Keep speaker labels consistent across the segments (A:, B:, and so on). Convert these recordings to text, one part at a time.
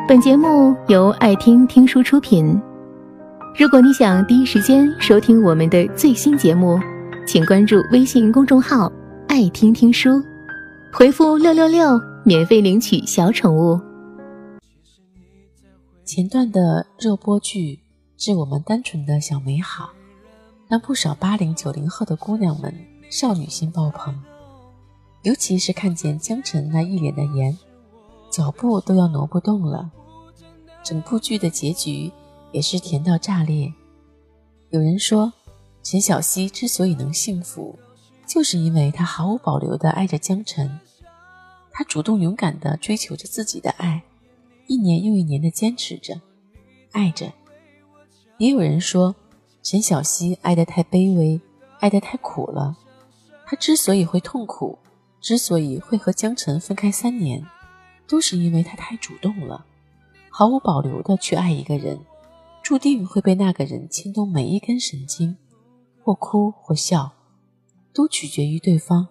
A: 本节目由爱听听书出品。如果你想第一时间收听我们的最新节目，请关注微信公众号爱听听书，回复666免费领取小宠物。
B: 前段的热播剧致我们单纯的小美好，让不少80、90后的姑娘们少女心爆棚。尤其是看见江晨那一脸的颜，脚步都要挪不动了。整部剧的结局也是甜到炸裂。有人说，陈小希之所以能幸福，就是因为她毫无保留地爱着江晨，她主动勇敢地追求着自己的爱，一年又一年地坚持着，爱着。也有人说，陈小希爱得太卑微，爱得太苦了。她之所以会痛苦，之所以会和江晨分开3年，都是因为她太主动了，毫无保留地去爱一个人，注定会被那个人牵动每一根神经，或哭或笑，都取决于对方。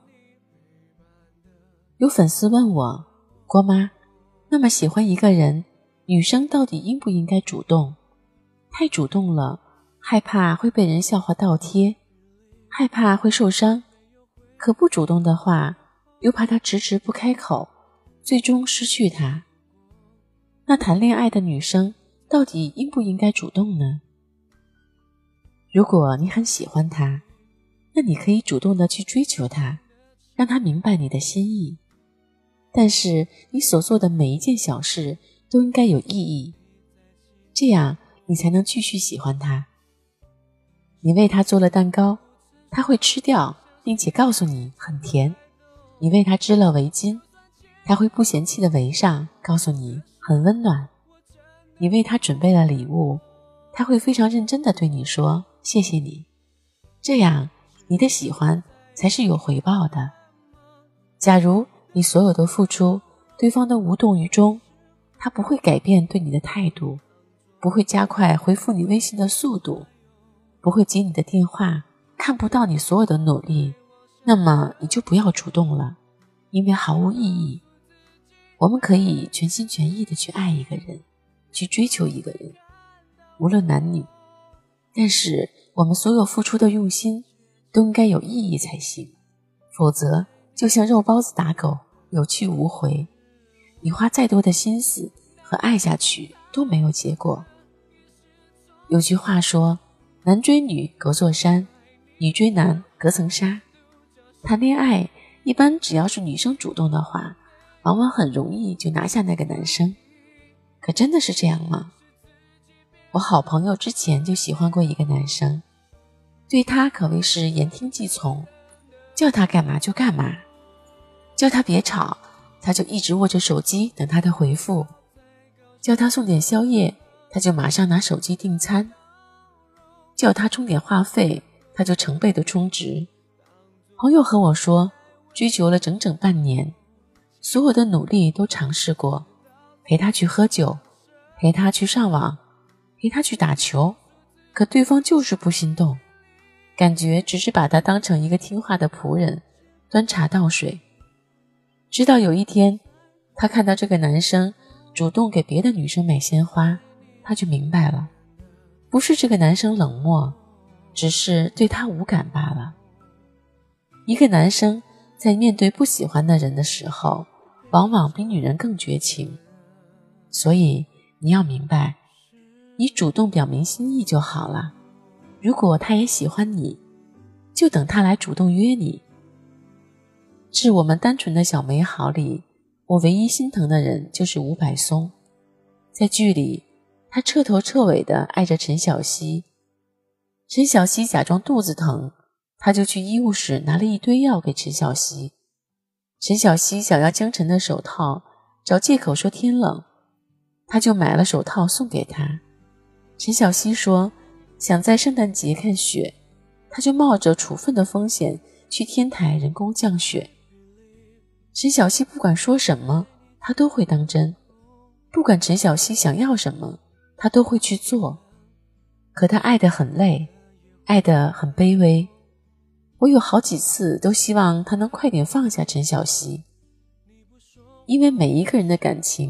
B: 有粉丝问我，郭妈，那么喜欢一个人，女生到底应不应该主动？太主动了，害怕会被人笑话倒贴，害怕会受伤，可不主动的话，又怕他迟迟不开口，最终失去他。那谈恋爱的女生到底应不应该主动呢？如果你很喜欢他，那你可以主动地去追求他，让他明白你的心意。但是你所做的每一件小事都应该有意义，这样你才能继续喜欢他。你为他做了蛋糕，他会吃掉，并且告诉你很甜。你为他织了围巾，他会不嫌弃地围上，告诉你很温暖。你为他准备了礼物，他会非常认真地对你说谢谢你。这样你的喜欢才是有回报的。假如你所有的付出，对方都无动于衷，他不会改变对你的态度，不会加快回复你微信的速度，不会接你的电话，看不到你所有的努力，那么你就不要主动了，因为毫无意义。我们可以全心全意地去爱一个人，去追求一个人，无论男女，但是我们所有付出的用心都应该有意义才行，否则就像肉包子打狗，有去无回。你花再多的心思和爱下去都没有结果。有句话说，男追女隔座山，女追男隔层纱。谈恋爱一般只要是女生主动的话，往往很容易就拿下那个男生。可真的是这样吗？我好朋友之前就喜欢过一个男生，对他可谓是言听计从，叫他干嘛就干嘛，叫他别吵，他就一直握着手机等他的回复，叫他送点宵夜，他就马上拿手机订餐，叫他充点话费，他就成倍的充值。朋友和我说，追求了整整半年，所有的努力都尝试过，陪他去喝酒，陪他去上网，陪他去打球，可对方就是不心动，感觉只是把他当成一个听话的仆人，端茶倒水。直到有一天，他看到这个男生主动给别的女生买鲜花，他就明白了，不是这个男生冷漠，只是对他无感罢了。一个男生在面对不喜欢的人的时候，往往比女人更绝情。所以你要明白，你主动表明心意就好了。如果他也喜欢你，就等他来主动约你。致我们单纯的小美好里，我唯一心疼的人就是伍佰松。在剧里，他彻头彻尾地爱着陈小希。陈小希假装肚子疼，他就去医务室拿了一堆药给陈小希。陈小希想要江晨的手套，找借口说天冷，他就买了手套送给他。陈小希说想在圣诞节看雪，他就冒着处分的风险去天台人工降雪。陈小希不管说什么，他都会当真，不管陈小希想要什么，他都会去做。可他爱得很累，爱得很卑微。我有好几次都希望他能快点放下陈小希，因为每一个人的感情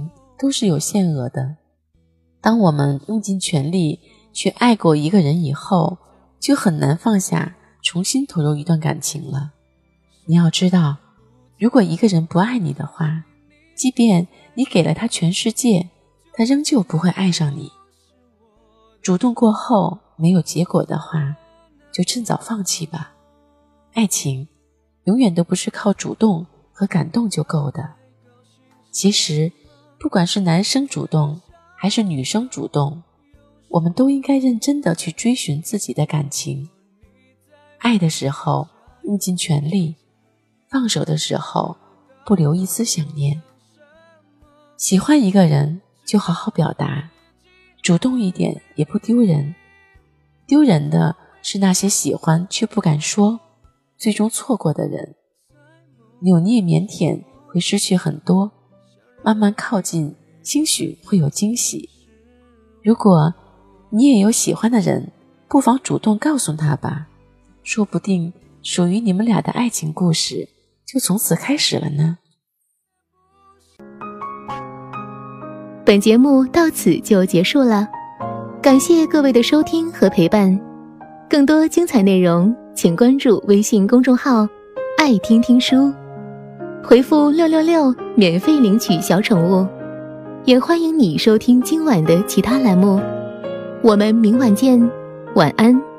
B: 都是有限额的。当我们用尽全力去爱过一个人以后，就很难放下重新投入一段感情了。你要知道，如果一个人不爱你的话，即便你给了他全世界，他仍旧不会爱上你。主动过后没有结果的话，就趁早放弃吧。爱情永远都不是靠主动和感动就够的。其实不管是男生主动还是女生主动，我们都应该认真地去追寻自己的感情。爱的时候用尽全力，放手的时候不留一丝想念。喜欢一个人就好好表达，主动一点也不丢人。丢人的是那些喜欢却不敢说，最终错过的人。扭捏腼腆会失去很多，慢慢靠近，兴许会有惊喜。如果你也有喜欢的人，不妨主动告诉他吧，说不定属于你们俩的爱情故事就从此开始了呢。
A: 本节目到此就结束了，感谢各位的收听和陪伴。更多精彩内容请关注微信公众号爱听听书，回复666免费领取小宠物。也欢迎你收听今晚的其他栏目，我们明晚见，晚安。